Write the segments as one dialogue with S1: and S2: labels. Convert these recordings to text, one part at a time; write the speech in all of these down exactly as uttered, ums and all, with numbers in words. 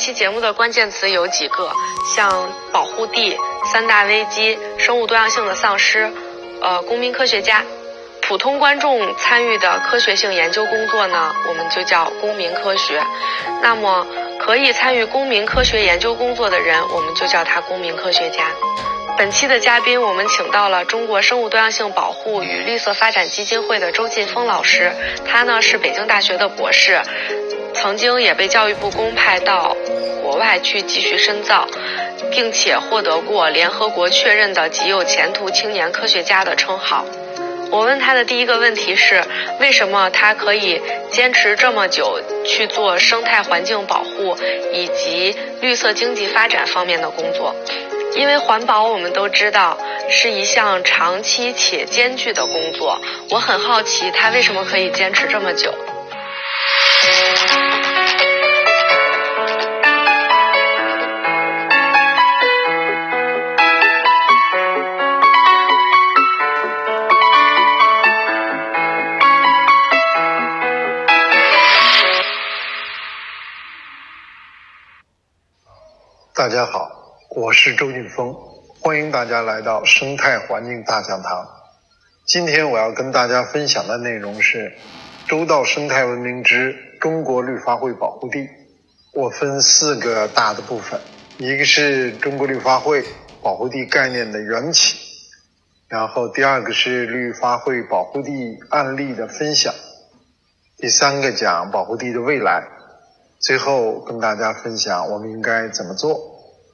S1: 期节目的关键词有几个，像保护地、三大危机、生物多样性的丧失、呃，公民科学家。普通观众参与的科学性研究工作呢，我们就叫公民科学。那么可以参与公民科学研究工作的人，我们就叫他公民科学家。本期的嘉宾，我们请到了中国生物多样性保护与绿色发展基金会的周劲峰老师，他呢是北京大学的博士，曾经也被教育部公派到国外去继续深造，并且获得过联合国确认的极有前途青年科学家的称号。我问他的第一个问题是，为什么他可以坚持这么久去做生态环境保护以及绿色经济发展方面的工作？因为环保我们都知道是一项长期且艰巨的工作，我很好奇他为什么可以坚持这么久。
S2: 大家好，我是周劲峰，欢迎大家来到生态环境大讲堂。今天我要跟大家分享的内容是周到生态文明之中国绿发会保护地。我分四个大的部分，一个是中国绿发会保护地概念的缘起，然后第二个是绿发会保护地案例的分享，第三个讲保护地的未来，最后跟大家分享我们应该怎么做。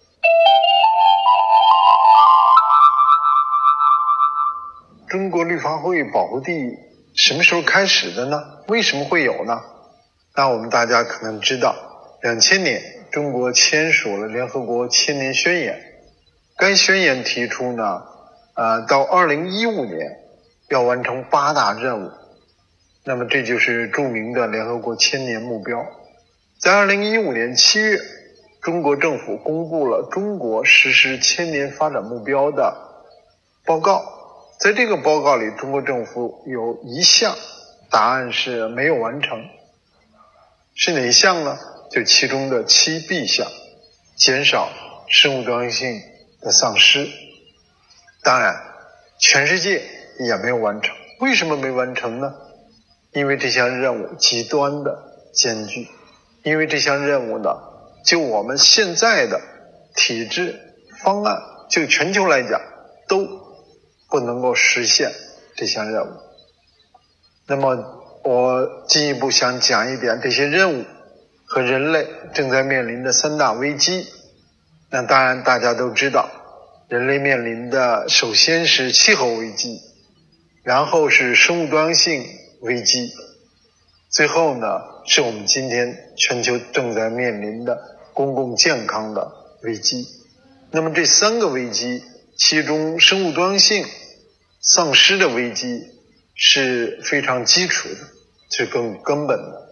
S2: 中国绿发会保护地什么时候开始的呢？为什么会有呢？那我们大家可能知道，两千年中国签署了联合国千年宣言，该宣言提出呢，呃，到二零一五年要完成八大任务，那么这就是著名的联合国千年目标。在二零一五年七月，中国政府公布了中国实施千年发展目标的报告。在这个报告里，中国政府有一项答案是没有完成，是哪一项呢？就其中的七 B 项，减少生物多样性的丧失。当然，全世界也没有完成。为什么没完成呢？因为这项任务极端的艰巨。因为这项任务呢，就我们现在的体制方案，就全球来讲，都不能够实现这项任务。那么我进一步想讲一点这些任务和人类正在面临的三大危机。那当然大家都知道，人类面临的首先是气候危机，然后是生物多样性危机，最后呢是我们今天全球正在面临的公共健康的危机。那么这三个危机，其中生物多样性丧失的危机是非常基础的，是更根本的。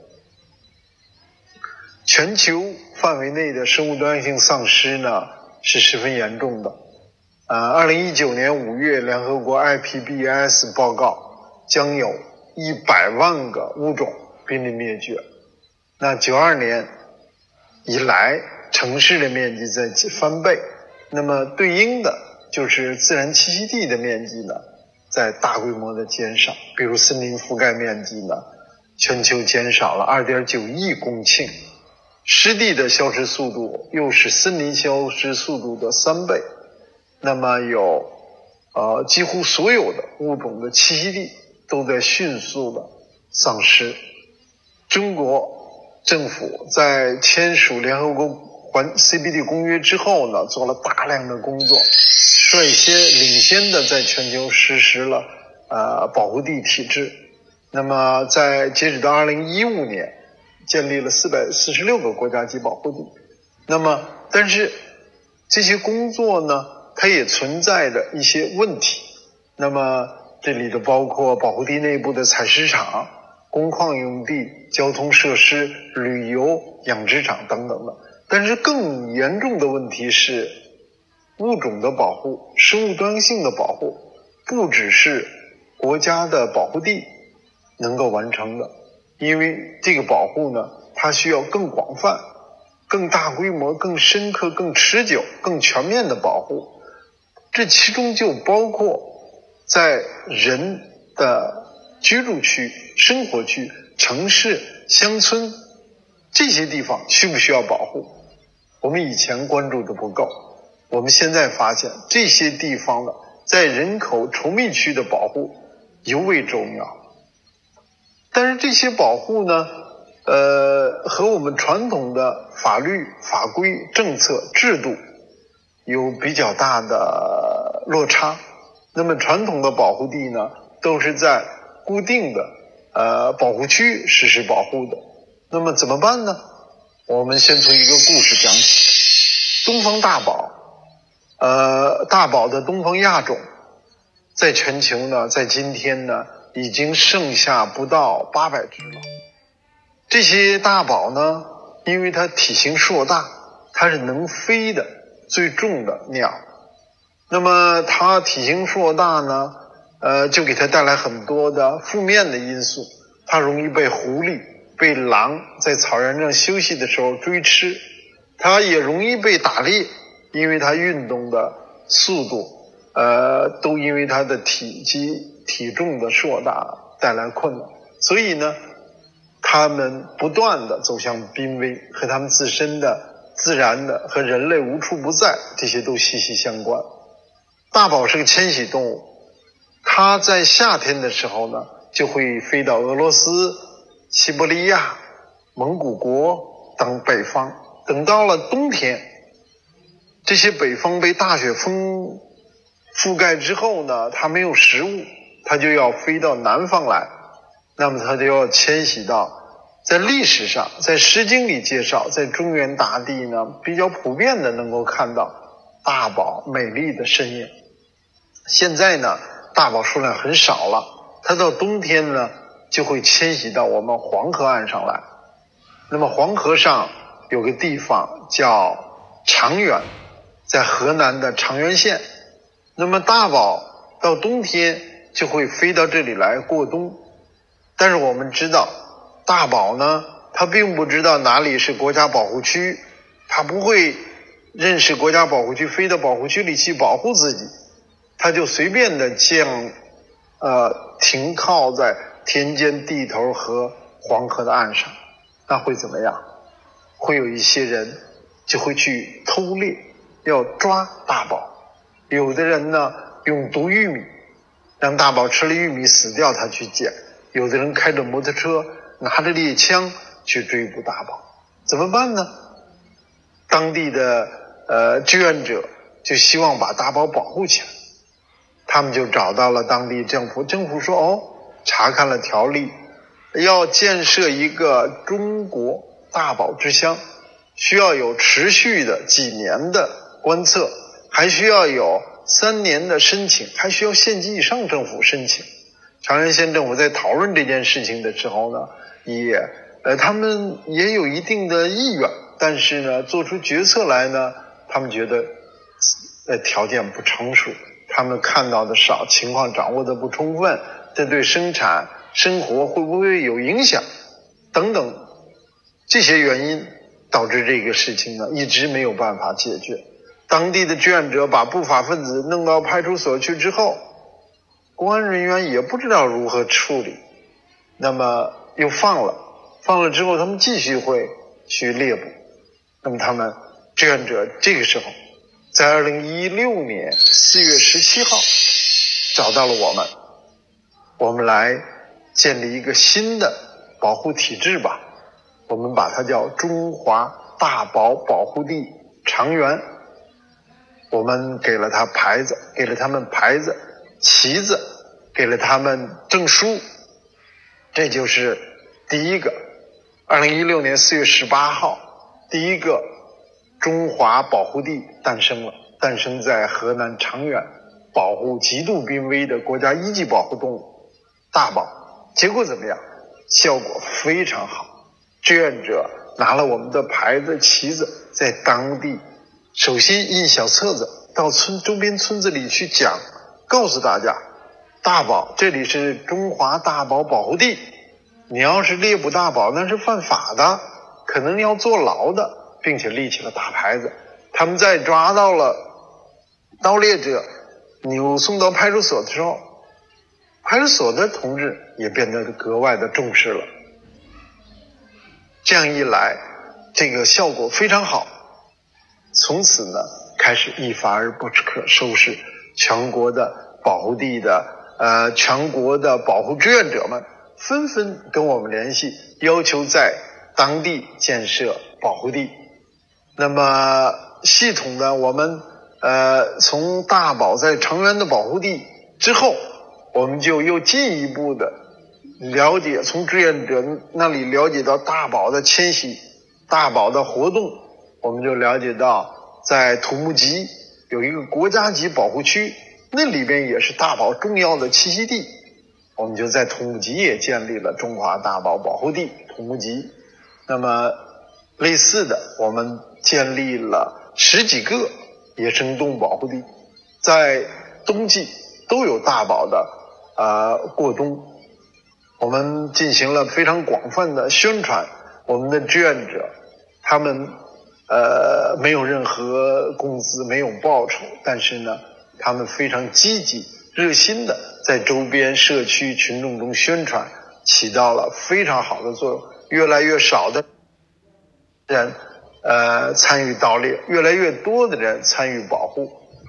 S2: 全球范围内的生物多样性丧失呢是十分严重的。呃，二零一九年五月，联合国 I P B E S 报告将有一百万个物种濒临灭绝。那九二年以来，城市的面积在翻倍，那么对应的就是自然栖息地的面积呢在大规模的减少。比如森林覆盖面积呢，全球减少了 二点九亿公顷，湿地的消失速度又是森林消失速度的三倍。那么有呃几乎所有的物种的栖息地都在迅速的丧失。中国政府在签署联合国环 C B D 公约之后呢，做了大量的工作，率先领先的在全球实施了呃保护地体制。那么在截止到二零一五年，建立了四百四十六个国家级保护地。那么但是这些工作呢，它也存在着一些问题。那么这里头包括保护地内部的采石场、工矿用地、交通设施、旅游养殖场等等的。但是更严重的问题是，物种的保护、生物多样性的保护不只是国家的保护地能够完成的，因为这个保护呢，它需要更广泛、 更大规模、更深刻、更持久、更全面的保护。这其中就包括在人的居住区、生活区、城市、乡村这些地方需不需要保护？我们以前关注的不够，我们现在发现这些地方的在人口稠密区的保护尤为重要。但是这些保护呢，呃，和我们传统的法律、法规、政策、制度有比较大的落差。那么传统的保护地呢，都是在固定的呃保护区实施保护的。那么怎么办呢？我们先从一个故事讲起。东方大宝，呃，大宝的东方亚种，在全球呢，在今天呢，已经剩下不到八百只了。这些大宝呢，因为它体型硕大，它是能飞的最重的鸟。那么它体型硕大呢，呃，就给它带来很多的负面的因素。它容易被狐狸、被狼在草原上休息的时候追吃，它也容易被打猎，因为它运动的速度，呃，都因为它的体积、体重的硕大带来困难。所以呢，它们不断的走向濒危，和它们自身的自然的和人类无处不在，这些都息息相关。大宝是个迁徙动物，它在夏天的时候呢，就会飞到俄罗斯、西伯利亚、蒙古国等北方。等到了冬天，这些北方被大雪封覆盖之后呢，它没有食物，它就要飞到南方来。那么它就要迁徙到，在历史上，在《诗经》里介绍，在中原大地呢，比较普遍的能够看到大宝美丽的身影。现在呢，大宝数量很少了，它到冬天呢，就会迁徙到我们黄河岸上来。那么黄河上有个地方叫长垣，在河南的长垣县。那么大宝到冬天就会飞到这里来过冬。但是我们知道，大宝呢，它并不知道哪里是国家保护区，它不会认识国家保护区，飞到保护区里去保护自己，它就随便的降，呃，停靠在田间地头和黄河的岸上。那会怎么样？会有一些人就会去偷猎，要抓大宝。有的人呢，用毒玉米，让大宝吃了玉米死掉，他去捡。有的人开着摩托车，拿着猎枪去追捕大宝。怎么办呢？当地的呃志愿者就希望把大宝保护起来。他们就找到了当地政府，政府说哦，查看了条例，要建设一个中国大宝之乡，需要有持续的几年的观测，还需要有三年的申请，还需要县级以上政府申请。长垣县政府在讨论这件事情的时候呢，也呃他们也有一定的意愿，但是呢，做出决策来呢，他们觉得呃条件不成熟，他们看到的少，情况掌握的不充分，这对生产生活会不会有影响等等，这些原因导致这个事情呢一直没有办法解决。当地的志愿者把不法分子弄到派出所去之后，公安人员也不知道如何处理，那么又放了，放了之后他们继续会去猎捕。那么他们志愿者这个时候在二零一六年四月十七号找到了我们，我们来建立一个新的保护体制吧，我们把它叫中华大宝保护地长垣。我们给了他牌子，给了他们牌子、旗子，给了他们证书。这就是第一个二零一六年四月十八号第一个中华保护地诞生了，诞生在河南长垣，保护极度濒危的国家一级保护动物大宝。结果怎么样？效果非常好。志愿者拿了我们的牌子、旗子，在当地首先印小册子，到村周边村子里去讲，告诉大家，大宝这里是中华大宝保护地，你要是猎捕大宝那是犯法的，可能要坐牢的， 并且立起了大牌子。他们在抓到了盗猎者，扭送到派出所的时候，派出所的同志也变得格外的重视了。这样一来，这个效果非常好。从此呢，开始一发而不可收拾，全国的保护地的呃，全国的保护志愿者们纷纷跟我们联系，要求在当地建设保护地。那么系统的，我们呃从大宝在长垣的保护地之后，我们就又进一步的了解，从志愿者那里了解到大宝的迁徙、大宝的活动，我们就了解到在土木集有一个国家级保护区，那里边也是大宝重要的栖息地。我们就在土木集也建立了中华大宝保护地土木集。那么类似的，我们建立了十几个野生动物保护地，在冬季都有大宝的呃过冬。我们进行了非常广泛的宣传，我们的志愿者他们呃没有任何工资，没有报酬，但是呢他们非常积极热心的在周边社区群众中宣传，起到了非常好的作用。越来越少的人呃参与盗猎，越来越多的人参与保护，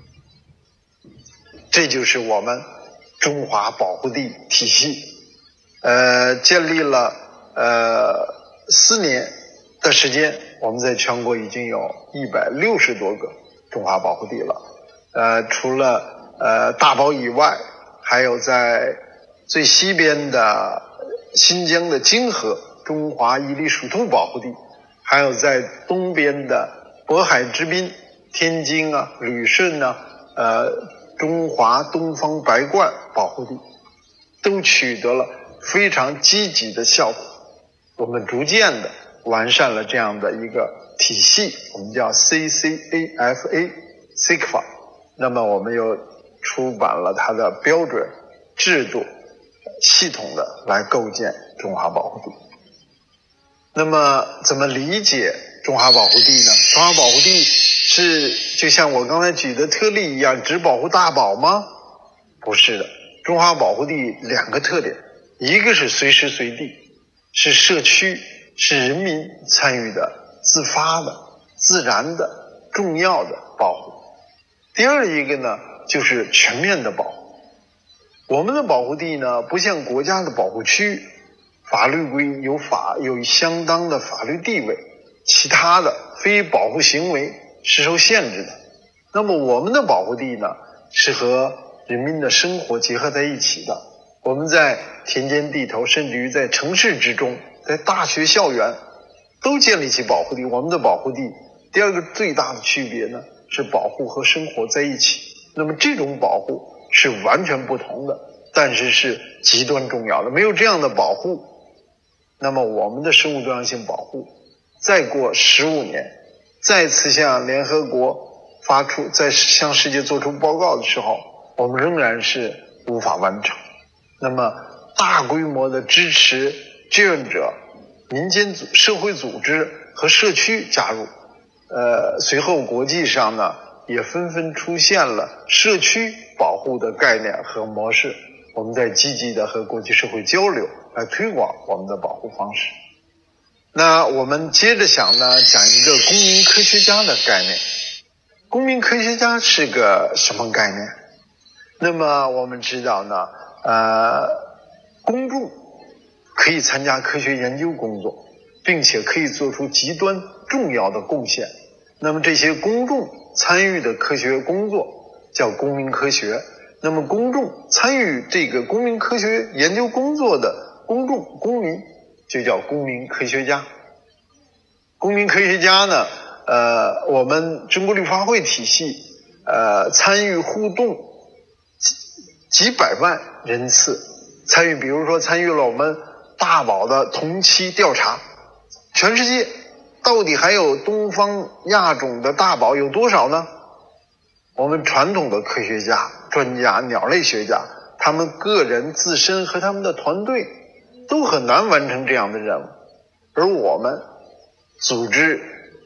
S2: 这就是我们中华保护地体系。呃，建立了呃四年的时间，我们在全国已经有一百六十多个中华保护地了。呃，除了呃大宝以外，还有在最西边的新疆的金河中华伊犁属兔保护地，还有在东边的渤海之滨、天津啊、旅顺啊、呃中华东方白鹳保护地，都取得了非常积极的效果。我们逐渐的完善了这样的一个体系，我们叫 C C A F A C C F A。 那么我们又出版了它的标准制度，系统的来构建中华保护地。那么怎么理解中华保护地呢？中华保护地是就像我刚才举的特例一样，只保护大宝吗？不是的。中华保护地两个特点，一个是随时随地，是社区，是人民参与的、自发的、自然的、重要的保护。第二一个呢，就是全面的保护。我们的保护地呢，不像国家的保护区，法律规有法有相当的法律地位，其他的非保护行为是受限制的。那么我们的保护地呢，是和人民的生活结合在一起的。我们在田间地头，甚至于在城市之中，在大学校园都建立起保护地。我们的保护地第二个最大的区别呢，是保护和生活在一起。那么这种保护是完全不同的，但是是极端重要的。没有这样的保护，那么我们的生物多样性保护再过十五年再次向联合国发出，再向世界做出报告的时候，我们仍然是无法完成。那么大规模的支持志愿者、民间组社会组织和社区加入，呃，随后国际上呢也纷纷出现了社区保护的概念和模式。我们在积极的和国际社会交流，来推广我们的保护方式。那我们接着想呢，讲一个公民科学家的概念。公民科学家是个什么概念？那么我们知道呢，呃，公众可以参加科学研究工作，并且可以做出极端重要的贡献。那么这些公众参与的科学工作叫公民科学。那么公众参与这个公民科学研究工作的公众公民就叫公民科学家。公民科学家呢，呃，我们中国绿发会体系呃参与互动几百万人次参与，比如说参与了我们大宝的同期调查，全世界到底还有东方亚种的大宝有多少呢？我们传统的科学家、专家、鸟类学家，他们个人自身和他们的团队都很难完成这样的任务，而我们组织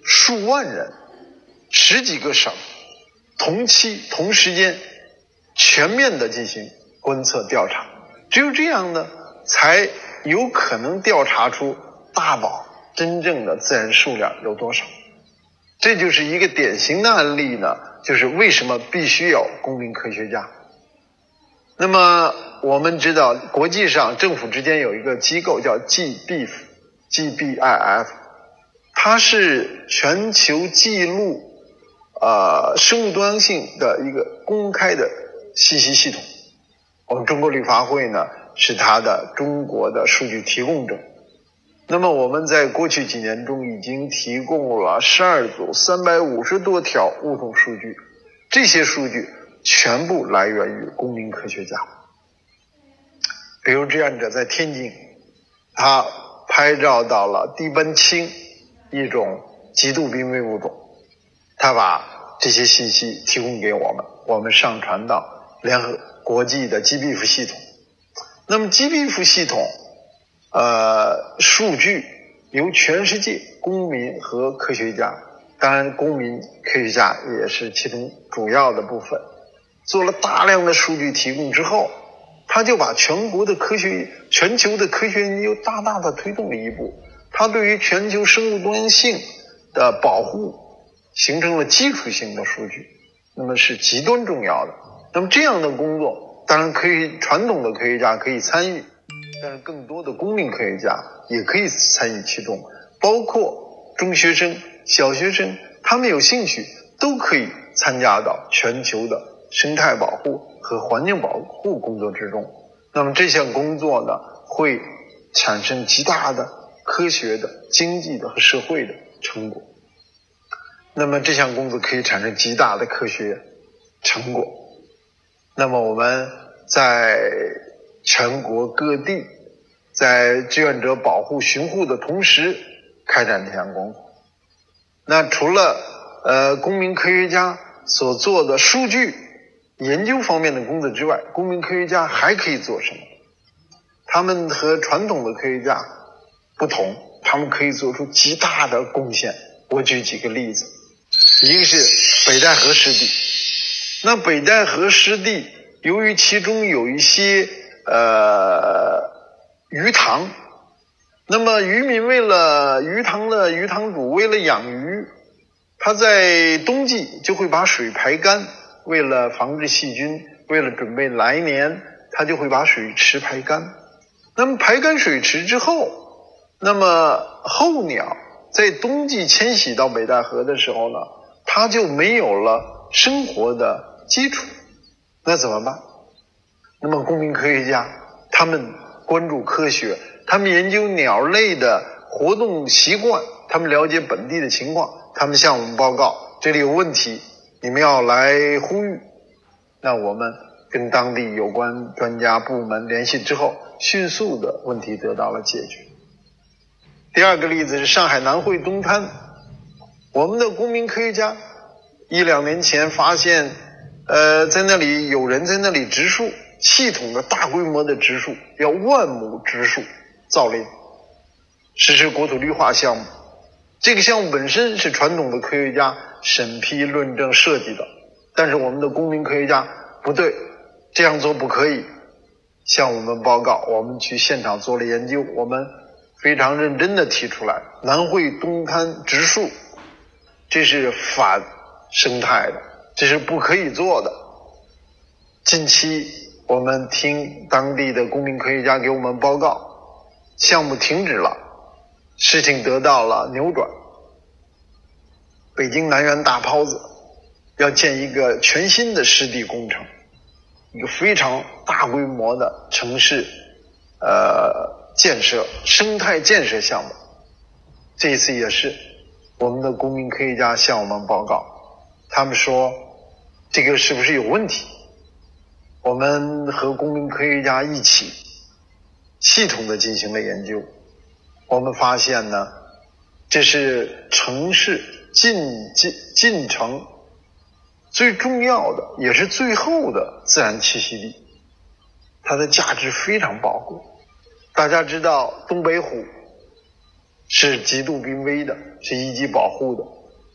S2: 数万人，十几个省，同期同时间全面的进行观测调查，只有这样呢，才有可能调查出大宝真正的自然数量有多少。这就是一个典型的案例呢，就是为什么必须有公民科学家。那么我们知道国际上政府之间有一个机构叫 G B I F G B I F， 它是全球记录呃生物多样性的一个公开的信息系统。我们中国绿发会呢是它的中国的数据提供者。那么我们在过去几年中已经提供了十二组三百五十多条物种数据，这些数据全部来源于公民科学家。比如志愿者在天津，他拍照到了地斑青一种极度濒危物种，他把这些信息提供给我们，我们上传到联合国际的 G B I F 系统。那么 G B I F 系统呃，数据由全世界公民和科学家，当然公民科学家也是其中主要的部分，做了大量的数据提供之后，他就把全国的科学全球的科学研究大大的推动了一步，他对于全球生物多样性的保护形成了基础性的数据，那么是极端重要的。那么这样的工作当然可以传统的科学家可以参与，但是更多的公民科学家也可以参与其中，包括中学生、小学生，他们有兴趣都可以参加到全球的生态保护和环境保护工作之中。那么这项工作呢，会产生极大的科学的、经济的和社会的成果。那么这项工作可以产生极大的科学成果。那么我们在全国各地在志愿者保护巡护的同时开展这项工作。那除了呃公民科学家所做的数据研究方面的工作之外，公民科学家还可以做什么？他们和传统的科学家不同，他们可以做出极大的贡献。我举几个例子，一个是北戴河湿地。那北戴河湿地由于其中有一些呃鱼塘，那么渔民为了鱼塘的鱼塘主为了养鱼，他在冬季就会把水排干，为了防治细菌，为了准备来年，他就会把水池排干。那么排干水池之后，那么候鸟在冬季迁徙到北戴河的时候呢，它就没有了生活的基础，那怎么办？那么公民科学家他们关注科学，他们研究鸟类的活动习惯，他们了解本地的情况，他们向我们报告这里有问题，你们要来呼吁。那我们跟当地有关专家部门联系之后，迅速的问题得到了解决。第二个例子是上海南汇东滩，我们的公民科学家一两年前发现呃，在那里有人在那里植树，系统的大规模的植树，要万亩植树造林，实施国土绿化项目。这个项目本身是传统的科学家审批论证设计的，但是我们的公民科学家不对，这样做不可以，向我们报告，我们去现场做了研究，我们非常认真的提出来，南汇东滩植树这是反生态的，这是不可以做的。近期我们听当地的公民科学家给我们报告，项目停止了，事情得到了扭转。北京南园大泡子要建一个全新的湿地工程，一个非常大规模的城市呃建设生态建设项目。这一次也是我们的公民科学家向我们报告，他们说这个是不是有问题？我们和公民科学家一起系统的进行了研究，我们发现呢，这是城市进进进城最重要的也是最后的自然栖息地，它的价值非常宝贵。大家知道东北虎是极度濒危的，是一级保护的，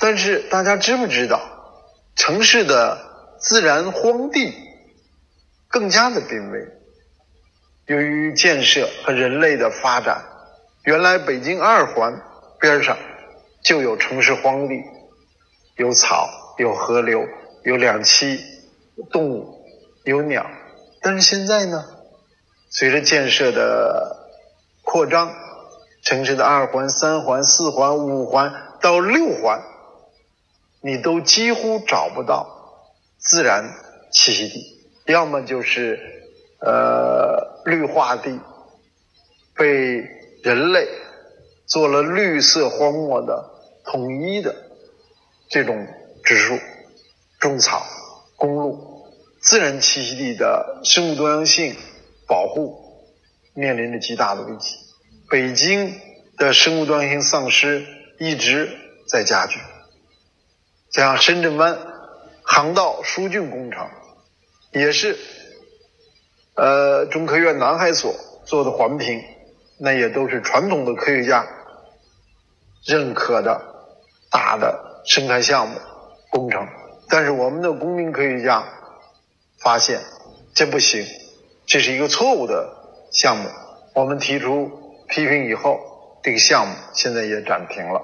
S2: 但是大家知不知道，城市的自然荒地更加的濒危。由于建设和人类的发展，原来北京二环边上就有城市荒地，有草，有河流，有两栖动物，有鸟。但是现在呢，随着建设的扩张，城市的二环、三环、四环、五环到六环，你都几乎找不到自然栖息地，要么就是呃绿化地被人类做了绿色荒漠的统一的这种植树、种草、公路，自然栖息地的生物多样性保护面临着极大的危机。北京的生物多样性丧失一直在加剧，像深圳湾航道疏浚工程也是呃中科院南海所做的环评，那也都是传统的科学家认可的大的生态项目工程。但是我们的公民科学家发现这不行，这是一个错误的项目，我们提出批评以后，这个项目现在也暂停了。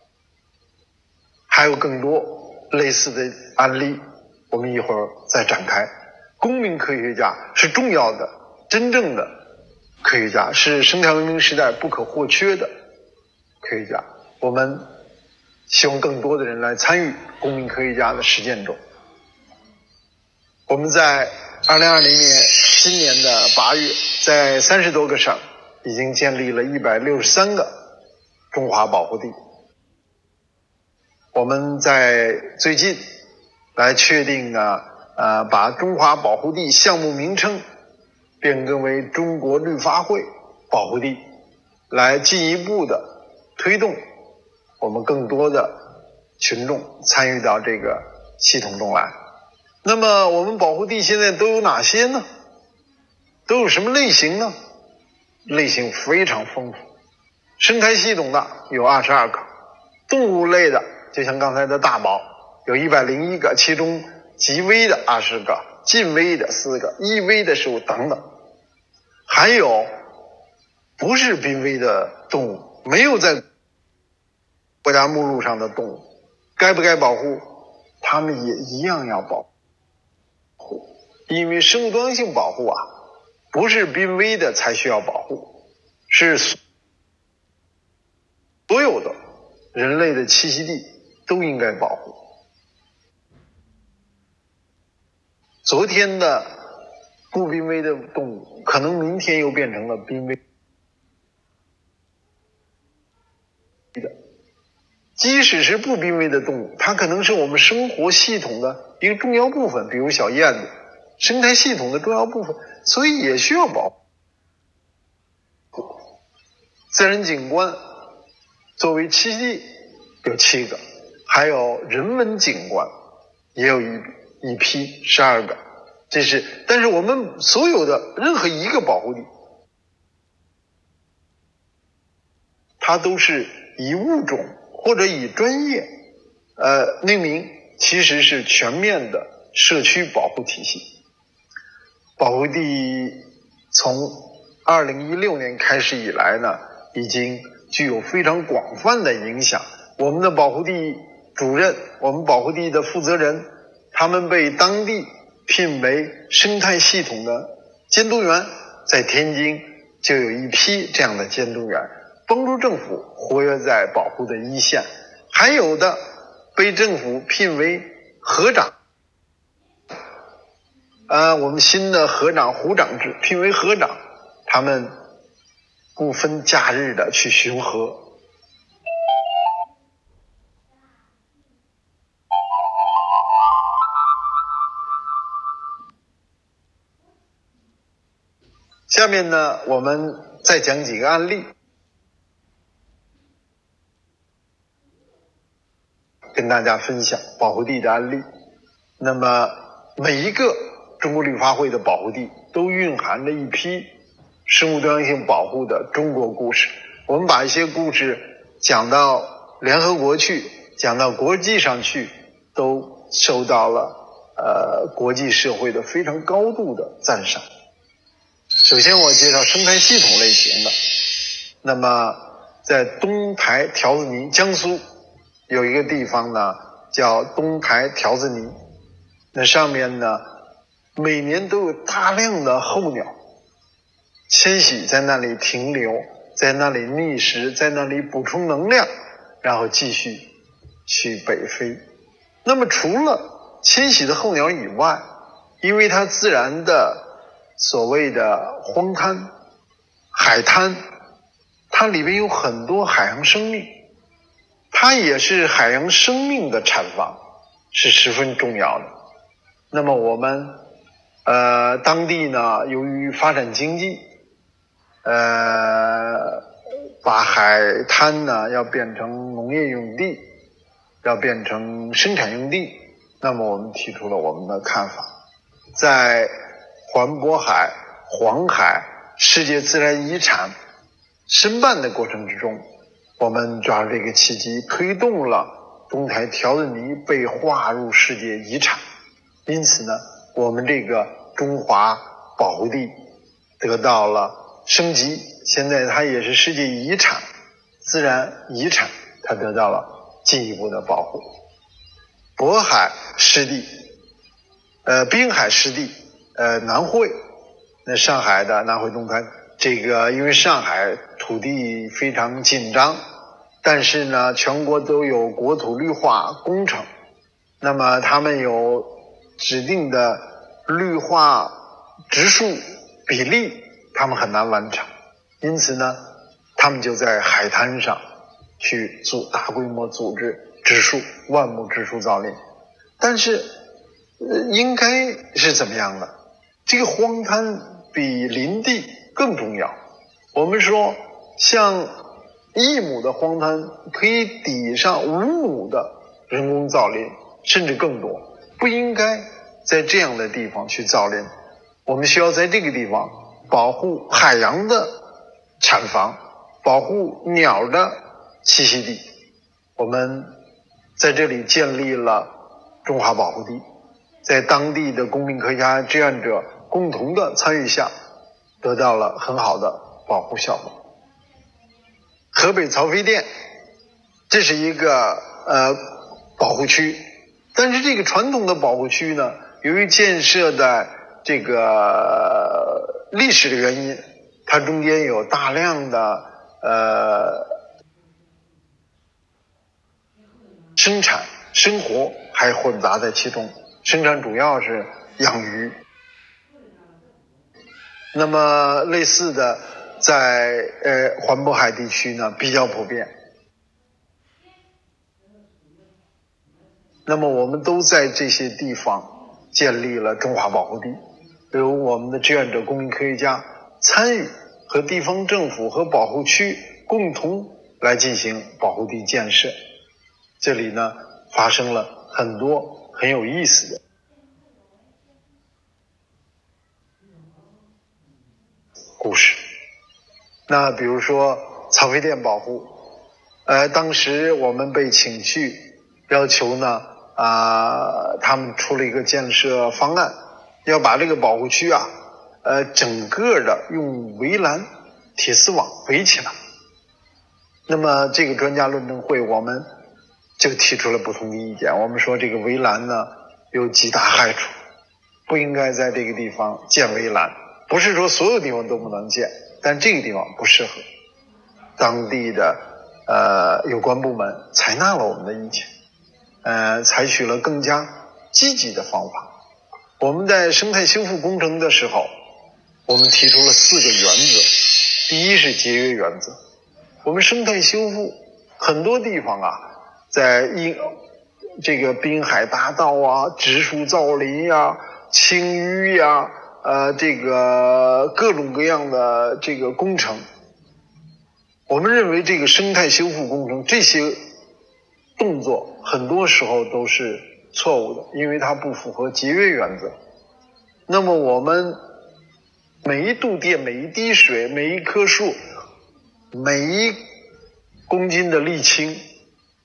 S2: 还有更多类似的案例，我们一会儿再展开。公民科学家是重要的，真正的科学家，是生态文明时代不可或缺的科学家。我们希望更多的人来参与公民科学家的实践中。我们在二零二零年今年的八月，在三十多个省已经建立了一百六十三个中华保护地。我们在最近来确定呢，呃，把中华保护地项目名称变更为中国绿发会保护地，来进一步的推动我们更多的群众参与到这个系统中来。那么我们保护地现在都有哪些呢？都有什么类型呢？类型非常丰富。生态系统的有二十二个，动物类的就像刚才的大宝有一百零一个，其中极危的二十个，近危的四个，易危的十五等等。还有不是濒危的动物，没有在国家目录上的动物，该不该保护？它们也一样要保护。因为生物多样性保护啊，不是濒危的才需要保护，是所有的人类的栖息地都应该保护。昨天的不濒危的动物，可能明天又变成了濒危的。即使是不濒危的动物，它可能是我们生活系统的一个重要部分，比如小燕子，生态系统的重要部分，所以也需要保护。自然景观作为栖息地有七个，还有人文景观也有一一批十二个。这是，但是我们所有的任何一个保护地，它都是以物种或者以专业呃命名，其实是全面的社区保护体系。保护地从二零一六年开始以来呢，已经具有非常广泛的影响。我们的保护地主任，我们保护地的负责人，他们被当地聘为生态系统的监督员，在天津就有一批这样的监督员，帮助政府活跃在保护的一线。还有的被政府聘为河长，呃，我们新的河长湖长制聘为河长，他们不分假日的去巡河。下面呢，我们再讲几个案例，跟大家分享保护地的案例。那么每一个中国绿发会的保护地都蕴含着一批生物多样性保护的中国故事。我们把一些故事讲到联合国去， 讲到国际上去，都受到了呃国际社会的非常高度的赞赏。首先我介绍生态系统类型的，那么在东台条子泥，江苏有一个地方呢叫东台条子泥，那上面呢每年都有大量的候鸟迁徙，在那里停留，在那里觅食，在那里补充能量，然后继续去北飞。那么除了迁徙的候鸟以外，因为它自然的所谓的荒滩、海滩，它里面有很多海洋生命，它也是海洋生命的产房，是十分重要的。那么我们呃当地呢，由于发展经济，呃把海滩呢要变成农业用地，要变成生产用地，那么我们提出了我们的看法，在环渤海、黄海世界自然遗产申办的过程之中，我们抓住这个契机，推动了东台条子泥被划入世界遗产。因此呢，我们这个中华保护地得到了升级，现在它也是世界遗产、自然遗产，它得到了进一步的保护。渤海湿地，呃，滨海湿地，呃，南汇，那上海的南汇东台，这个因为上海土地非常紧张，但是呢，全国都有国土绿化工程，那么他们有指定的绿化植树比例，他们很难完成，因此呢，他们就在海滩上去组大规模组织植树，万亩植树造林。但是、呃、应该是怎么样的？这个荒滩比林地更重要。我们说像一亩的荒滩可以抵上五亩的人工造林，甚至更多，不应该在这样的地方去造林。我们需要在这个地方保护海洋的产房，保护鸟的栖息地。我们在这里建立了中华保护地，在当地的公民科学家志愿者共同的参与下，得到了很好的保护效果。河北曹妃甸，这是一个呃保护区，但是这个传统的保护区呢，由于建设的这个历史的原因，它中间有大量的呃生产生活还混杂在其中，生产主要是养鱼。那么类似的在呃环渤海地区呢比较普遍。那么我们都在这些地方建立了中华保护地，由我们的志愿者公民科学家参与，和地方政府和保护区共同来进行保护地建设。这里呢发生了很多很有意思的故事。那比如说曹妃甸保护，呃，当时我们被请去，要求呢啊、呃，他们出了一个建设方案，要把这个保护区啊，呃，整个的用围栏、铁丝网围起来。那么这个专家论证会，我们就提出了不同的意见。我们说这个围栏呢有几大害处，不应该在这个地方建围栏。不是说所有地方都不能建，但这个地方不适合。当地的呃有关部门采纳了我们的意见，呃，采取了更加积极的方法。我们在生态修复工程的时候，我们提出了四个原则。第一是节约原则。我们生态修复很多地方啊，在因这个滨海大道啊、植树造林呀、啊、清淤呀、啊、呃，这个各种各样的这个工程，我们认为这个生态修复工程这些动作很多时候都是错误的，因为它不符合节约原则。那么我们每一度电、每一滴水、每一棵树、每一公斤的沥青，它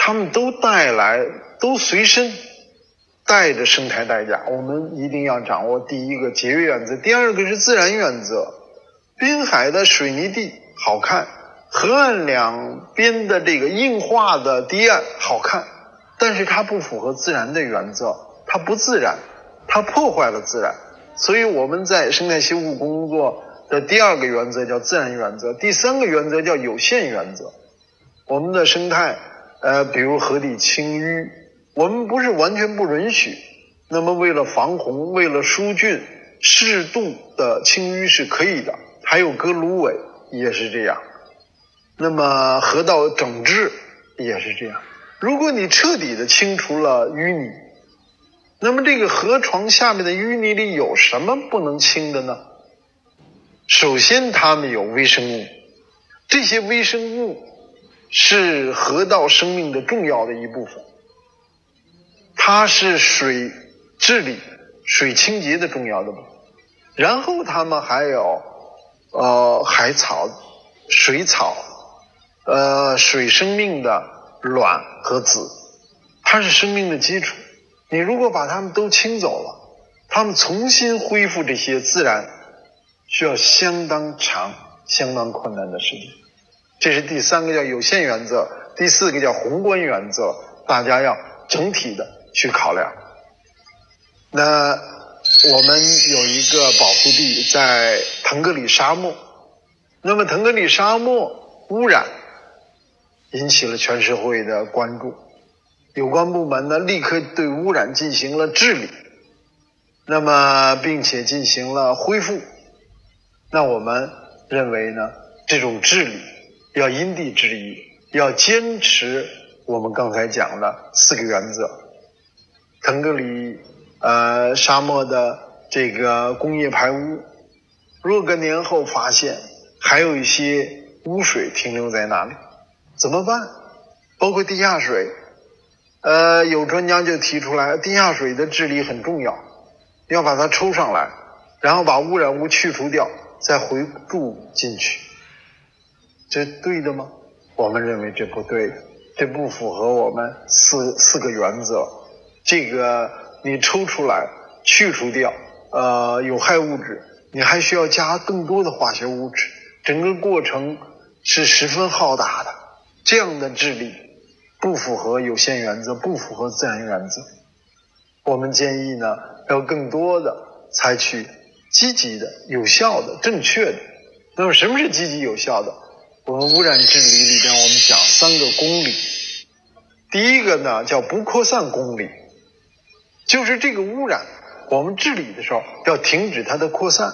S2: 他们都带来，都随身带着生态代价。我们一定要掌握第一个节约原则，第二个是自然原则。滨海的水泥地好看，河岸两边的这个硬化的堤岸好看，但是它不符合自然的原则，它不自然，它破坏了自然。所以我们在生态修复工作的第二个原则叫自然原则，第三个原则叫有限原则。我们的生态呃，比如河底清淤，我们不是完全不允许，那么为了防洪，为了疏浚，适度的清淤是可以的，还有割芦苇也是这样，那么河道整治也是这样。如果你彻底的清除了淤泥，那么这个河床下面的淤泥里有什么不能清的呢？首先它们有微生物，这些微生物是河道生命的重要的一部分，它是水治理、水清洁的重要的部分。然后它们还有呃海草、水草、呃水生命的卵和子，它是生命的基础。你如果把它们都清走了，它们重新恢复这些自然需要相当长、相当困难的时间。这是第三个叫有限原则，第四个叫宏观原则，大家要整体的去考量。那我们有一个保护地在腾格里沙漠，那么腾格里沙漠污染引起了全社会的关注，有关部门呢立刻对污染进行了治理，那么并且进行了恢复。那我们认为呢，这种治理要因地制宜，要坚持我们刚才讲的四个原则。腾格里呃沙漠的这个工业排污，若干年后发现还有一些污水停留在那里，怎么办？包括地下水，呃，有专家就提出来，地下水的治理很重要，要把它抽上来，然后把污染物去除掉，再回注进去。这对的吗？我们认为这不对的，这不符合我们四四个原则。这个你抽出来去除掉呃有害物质，你还需要加更多的化学物质，整个过程是十分浩大的。这样的治理不符合有限原则，不符合自然原则。我们建议呢，要更多的采取积极的、有效的、正确的。那么什么是积极有效的？我们污染治理里边我们讲三个公理。第一个呢叫不扩散公理，就是这个污染我们治理的时候要停止它的扩散。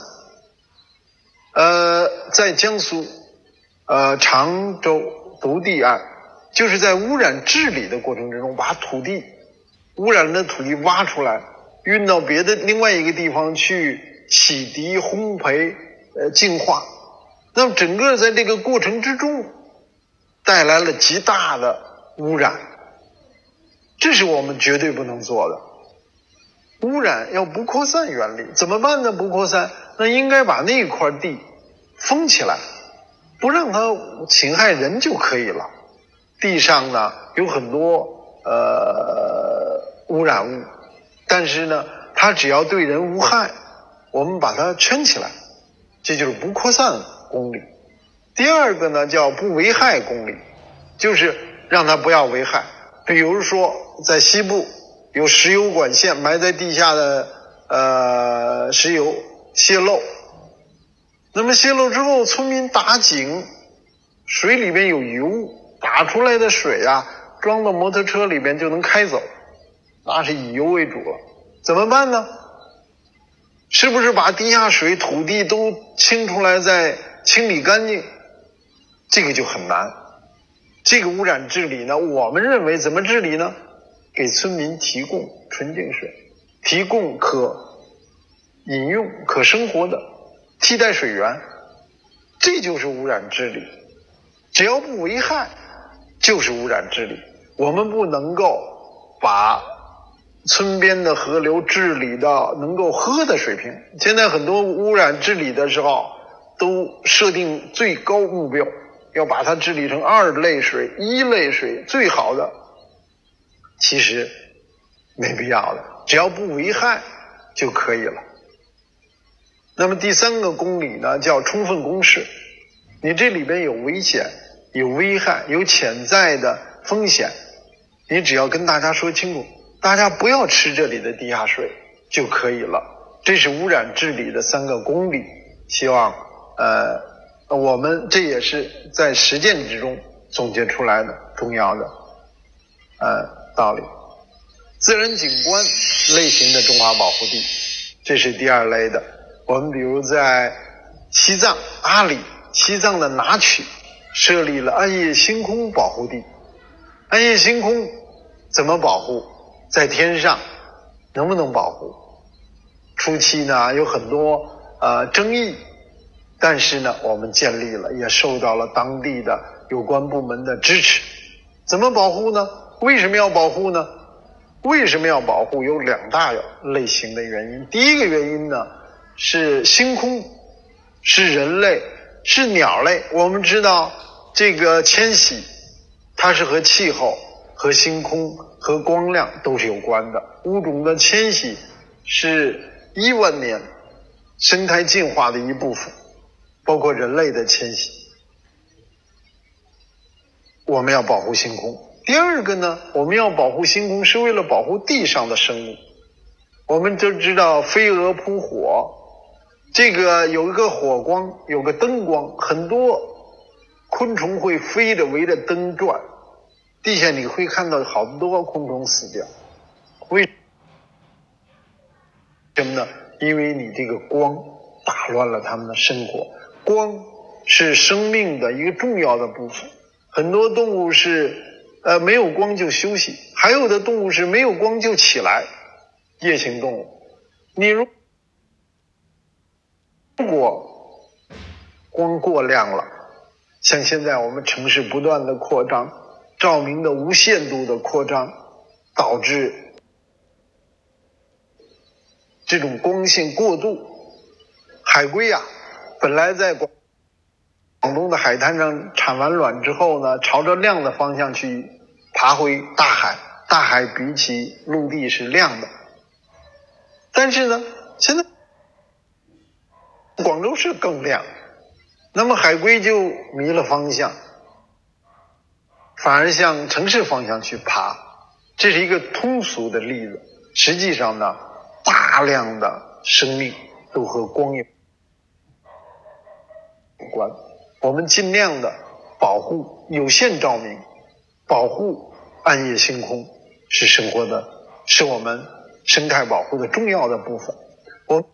S2: 呃，在江苏呃常州独地案，就是在污染治理的过程之中，把土地污染的土地挖出来，运到别的另外一个地方去洗涤、烘焙、呃净化。那么整个在这个过程之中带来了极大的污染，这是我们绝对不能做的。污染要不扩散原理，怎么办呢？不扩散，那应该把那块地封起来，不让它侵害人就可以了。地上呢有很多呃污染物，但是呢它只要对人无害，我们把它圈起来，这就是不扩散公理。第二个呢叫不危害公理，就是让它不要危害。比如说在西部有石油管线埋在地下的呃石油泄漏，那么泄漏之后村民打井，水里面有油，打出来的水啊装到摩托车里面就能开走，那是以油为主了。怎么办呢？是不是把地下水土地都清出来再清理干净？这个就很难。这个污染治理呢，我们认为怎么治理呢？给村民提供纯净水，提供可饮用可生活的替代水源，这就是污染治理。只要不危害就是污染治理。我们不能够把村边的河流治理到能够喝的水平。现在很多污染治理的时候都设定最高目标，要把它治理成二类水、一类水，最好的其实没必要的，只要不危害就可以了。那么第三个公理呢，叫充分公示。你这里边有危险、有危害、有潜在的风险，你只要跟大家说清楚，大家不要吃这里的地下水就可以了。这是污染治理的三个公理，希望呃我们这也是在实践之中总结出来的重要的呃道理。自然景观类型的中华保护地，这是第二类的。我们比如在西藏阿里，西藏的拿曲设立了暗夜星空保护地。暗夜星空怎么保护？在天上能不能保护？初期呢有很多呃争议，但是呢我们建立了，也受到了当地的有关部门的支持。怎么保护呢？为什么要保护呢？为什么要保护？有两大类型的原因。第一个原因呢，是星空，是人类，是鸟类。我们知道这个迁徙，它是和气候、和星空、和光亮都是有关的。物种的迁徙是亿万年生态进化的一部分，包括人类的迁徙。我们要保护星空。第二个呢，我们要保护星空是为了保护地上的生物。我们都知道飞蛾扑火，这个有一个火光，有个灯光，很多昆虫会飞着围着灯转，地下你会看到好多昆虫死掉。为什么呢？因为你这个光打乱了它们的生活。光是生命的一个重要的部分，很多动物是呃没有光就休息，还有的动物是没有光就起来，夜行动物。你如果光过亮了，像现在我们城市不断的扩张，照明的无限度的扩张，导致这种光线过度。海龟啊，本来在广广东的海滩上产完卵之后呢，朝着亮的方向去爬回大海，大海比起陆地是亮的。但是呢，现在广州市更亮，那么海龟就迷了方向，反而向城市方向去爬。这是一个通俗的例子。实际上呢，大量的生命都和光有关。我们尽量的保护有限照明，保护暗夜星空，是生活的，是我们生态保护的重要的部分。我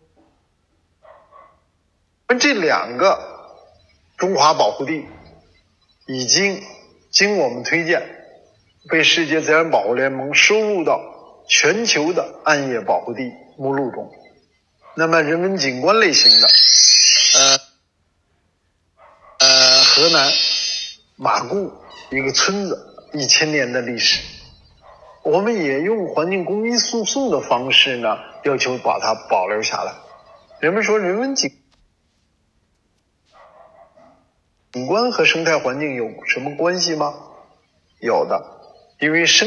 S2: 们这两个中华保护地已经经我们推荐，被世界自然保护联盟收录到全球的暗夜保护地目录中。那么人文景观类型的，呃呃，河南马固一个村子，一千年的历史，我们也用环境公益诉讼的方式呢，要求把它保留下来。人们说人文景景观和生态环境有什么关系吗？有的，因为生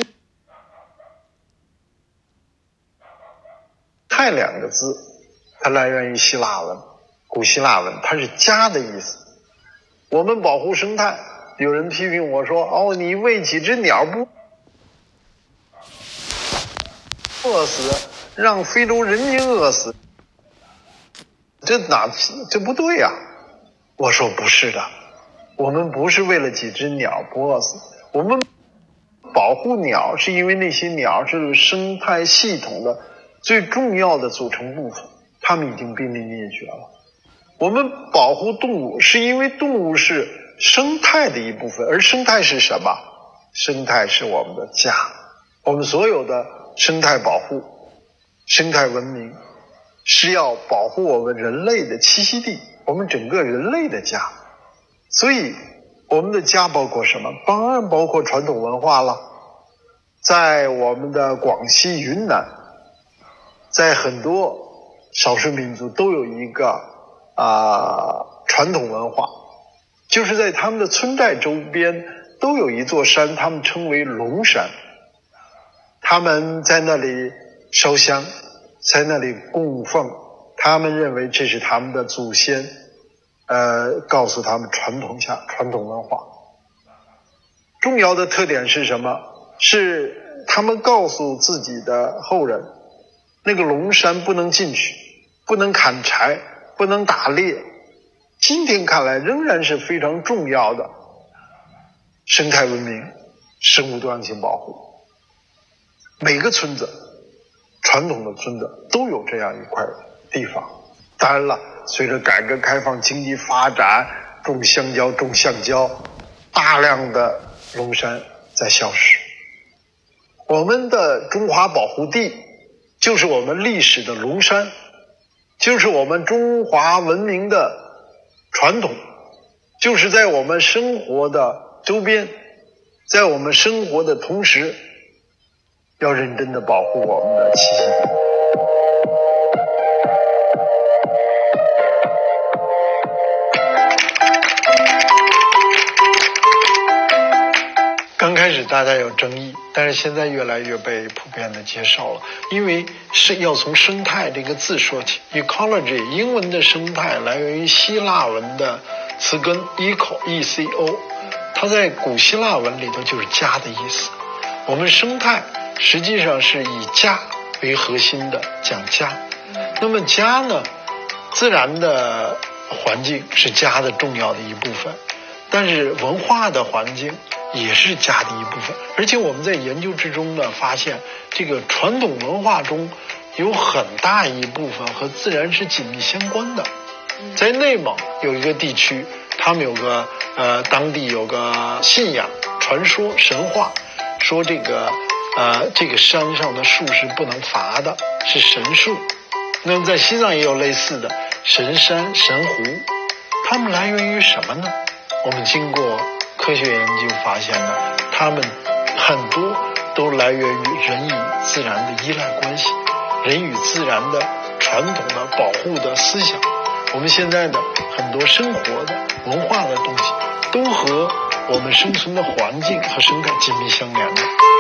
S2: 态两个字，它来源于希腊文，古希腊文，它是家的意思。我们保护生态，有人批评我说，哦，你喂几只鸟不饿死，让非洲人民饿死，这哪这不对呀、啊？我说不是的，我们不是为了几只鸟不饿死，我们保护鸟是因为那些鸟是生态系统的最重要的组成部分，它们已经濒临灭绝了。我们保护动物是因为动物是生态的一部分，而生态是什么？生态是我们的家。我们所有的生态保护、生态文明是要保护我们人类的栖息地，我们整个人类的家。所以我们的家包括什么？当然包括传统文化了。在我们的广西、云南，在很多少数民族都有一个啊，传统文化，就是在他们的村寨周边都有一座山，他们称为龙山。 他们在那里烧香，在那里供奉，他们认为这是他们的祖先呃，告诉他们传统下传统文化。重要的特点是什么？是他们告诉自己的后人，那个龙山不能进去，不能砍柴，不能打猎。今天看来仍然是非常重要的生态文明、生物多样性保护。每个村子，传统的村子都有这样一块地方。当然了，随着改革开放、经济发展，种香蕉、种橡胶，大量的龙山在消失。我们的中华保护地就是我们历史的龙山，就是我们中华文明的传统，就是在我们生活的周边，在我们生活的同时，要认真的保护我们的栖息地。刚开始大家有争议，但是现在越来越被普遍的接受了，因为是要从生态这个字说起。 ecology 英文的生态来源于希腊文的词根 eco E C O， 它在古希腊文里头就是家的意思。我们生态实际上是以家为核心的讲家。那么家呢，自然的环境是家的重要的一部分，但是文化的环境也是家的一部分。而且我们在研究之中呢，发现这个传统文化中有很大一部分和自然是紧密相关的。在内蒙有一个地区，他们有个呃当地有个信仰、传说、神话，说这个呃这个山上的树是不能伐的，是神树。那么在西藏也有类似的神山、神湖，它们来源于什么呢？我们经过科学研究发现呢，它们很多都来源于人与自然的依赖关系，人与自然的传统的保护的思想。我们现在的很多生活的文化的东西都和我们生存的环境和生态紧密相连的。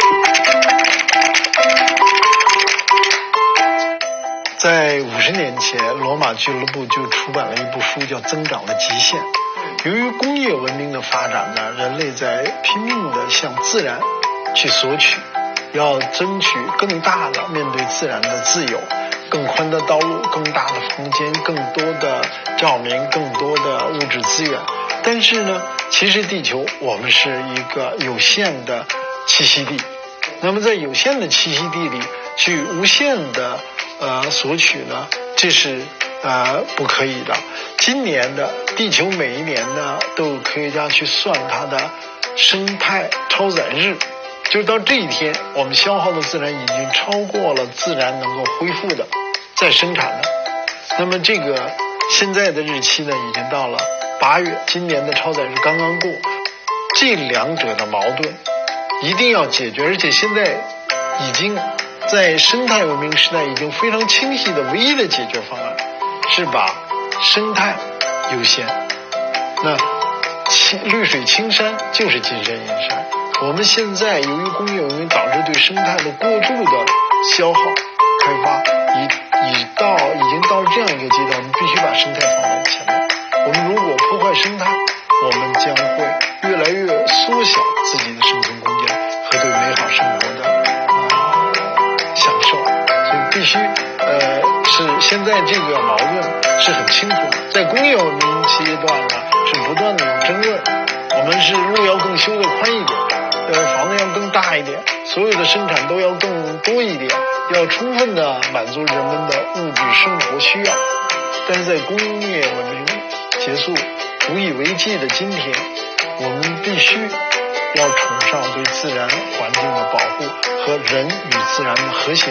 S2: 在五十年前，罗马俱乐部就出版了一部书叫《增长的极限》。由于工业文明的发展呢，人类在拼命地向自然去索取，要争取更大的面对自然的自由，更宽的道路，更大的空间，更多的照明，更多的物质资源。但是呢，其实地球我们是一个有限的栖息地，那么在有限的栖息地里去无限的呃索取呢，这是呃不可以的。今年的地球每一年呢，都有科学家去算它的生态超载日，就是到这一天，我们消耗的自然已经超过了自然能够恢复的再生产的。那么这个现在的日期呢，已经到了八月，今年的超载日刚刚过。这两者的矛盾一定要解决，而且现在已经在生态文明时代已经非常清晰的唯一的解决方案是把生态优先。那绿水青山就是金山银山。我们现在由于工业文明导致对生态的过度的消耗开发，已已到已经到了这样一个阶段，我们必须把生态放在前面。我们如果破坏生态，我们将会越来越缩小自己的生存空间和对美好生活的呃享受。所以必须呃是现在这个矛盾是很清楚的。在工业文明阶段呢，是不断的有争论，我们是路要更修得宽一点，呃，房子要更大一点，所有的生产都要更多一点，要充分的满足人们的物质生活需要。但是在工业文明结束无以为继的今天，我们必须要崇尚对自然环境的保护和人与自然的和谐。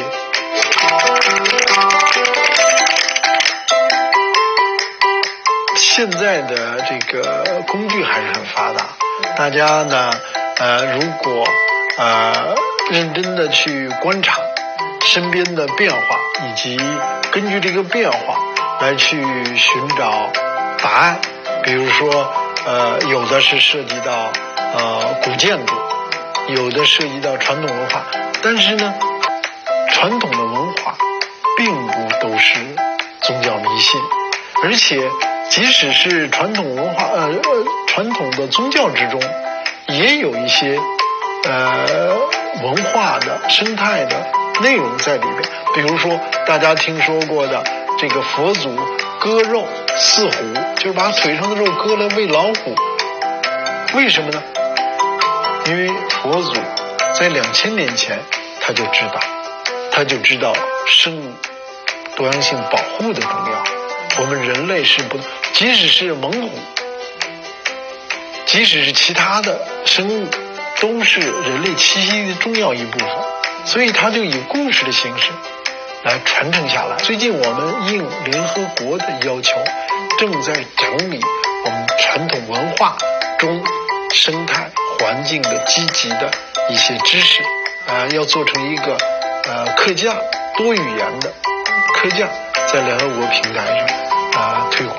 S2: 现在的这个工具还是很发达，大家呢呃如果呃认真的去观察身边的变化，以及根据这个变化来去寻找答案。比如说呃有的是涉及到呃古建筑，有的涉及到传统文化， 但是呢，传统的文化并不都是宗教迷信，而且即使是传统文化呃呃传统的宗教之中，也有一些呃文化的生态的内容在里边。比如说大家听说过的这个佛祖割肉饲虎，就是把腿上的肉割了喂老虎。为什么呢？因为佛祖在两千年前他就知道，他就知道生物多样性保护的重要。我们人类是不，即使是猛虎，即使是其他的生物，都是人类栖息的重要一部分。所以他就以故事的形式来传承下来。最近我们应联合国的要求，正在整理我们传统文化中生态环境的积极的一些知识，啊、呃，要做成一个呃课架，多语言的课架，在联合国平台上啊、呃、推广。